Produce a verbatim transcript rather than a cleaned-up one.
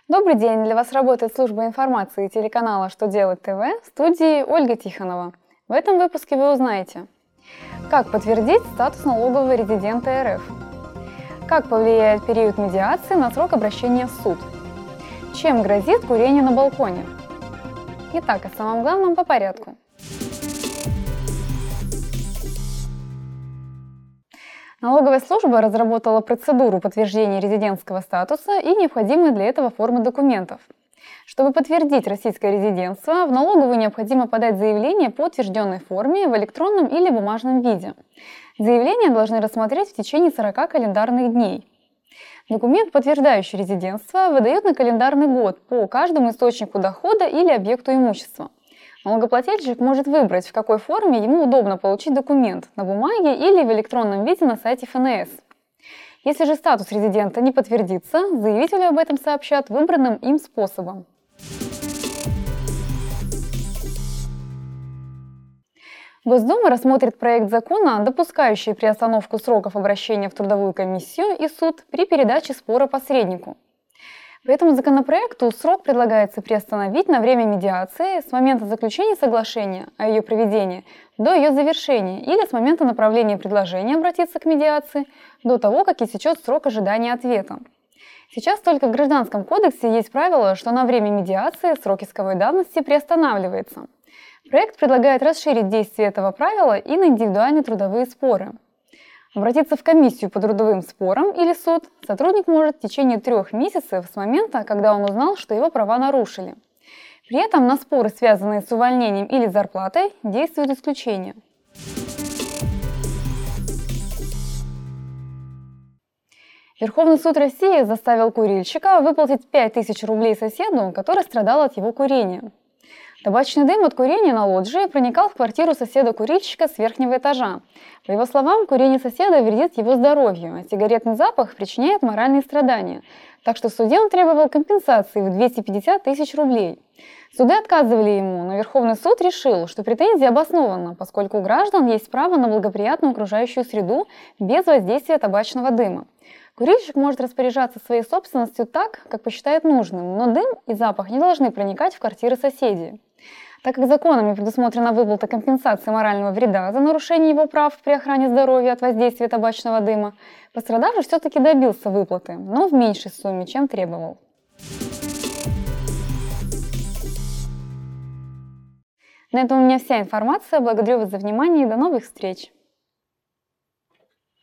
Добрый день! Для вас работает служба информации телеканала «Что делать ТВ», в студии Ольга Тихонова. В этом выпуске вы узнаете: как подтвердить статус налогового резидента РФ, как повлияет период медиации на срок обращения в суд, чем грозит курение на балконе. Итак, о самом главном по порядку. Налоговая служба разработала процедуру подтверждения резидентского статуса и необходимые для этого формы документов. Чтобы подтвердить российское резидентство, в налоговую необходимо подать заявление по утвержденной форме в электронном или бумажном виде. Заявление должны рассмотреть в течение сорока календарных дней. Документ, подтверждающий резидентство, выдают на календарный год по каждому источнику дохода или объекту имущества. Налогоплательщик может выбрать, в какой форме ему удобно получить документ – на бумаге или в электронном виде на сайте эф эн эс. Если же статус резидента не подтвердится, заявителю об этом сообщат выбранным им способом. Госдума рассмотрит проект закона, допускающий приостановку сроков обращения в трудовую комиссию и суд при передаче спора посреднику. По этому законопроекту срок предлагается приостановить на время медиации с момента заключения соглашения о ее проведении до ее завершения или с момента направления предложения обратиться к медиации до того, как истечет срок ожидания ответа. Сейчас только в Гражданском кодексе есть правило, что на время медиации срок исковой давности приостанавливается. Проект предлагает расширить действие этого правила и на индивидуальные трудовые споры. Обратиться в комиссию по трудовым спорам или суд сотрудник может в течение трех месяцев с момента, когда он узнал, что его права нарушили. При этом на споры, связанные с увольнением или зарплатой, действуют исключения. Верховный суд России заставил курильщика выплатить пять тысяч рублей соседу, который страдал от его курения. Табачный дым от курения на лоджии проникал в квартиру соседа-курильщика с верхнего этажа. По его словам, курение соседа вредит его здоровью, а сигаретный запах причиняет моральные страдания. Так что в суде он требовал компенсации в двести пятьдесят тысяч рублей. Суды отказывали ему, но Верховный суд решил, что претензия обоснована, поскольку у граждан есть право на благоприятную окружающую среду без воздействия табачного дыма. Курильщик может распоряжаться своей собственностью так, как посчитает нужным, но дым и запах не должны проникать в квартиры соседей. Так как законами предусмотрена выплата компенсации морального вреда за нарушение его прав при охране здоровья от воздействия табачного дыма, пострадавший все-таки добился выплаты, но в меньшей сумме, чем требовал. На этом у меня вся информация. Благодарю вас за внимание и до новых встреч!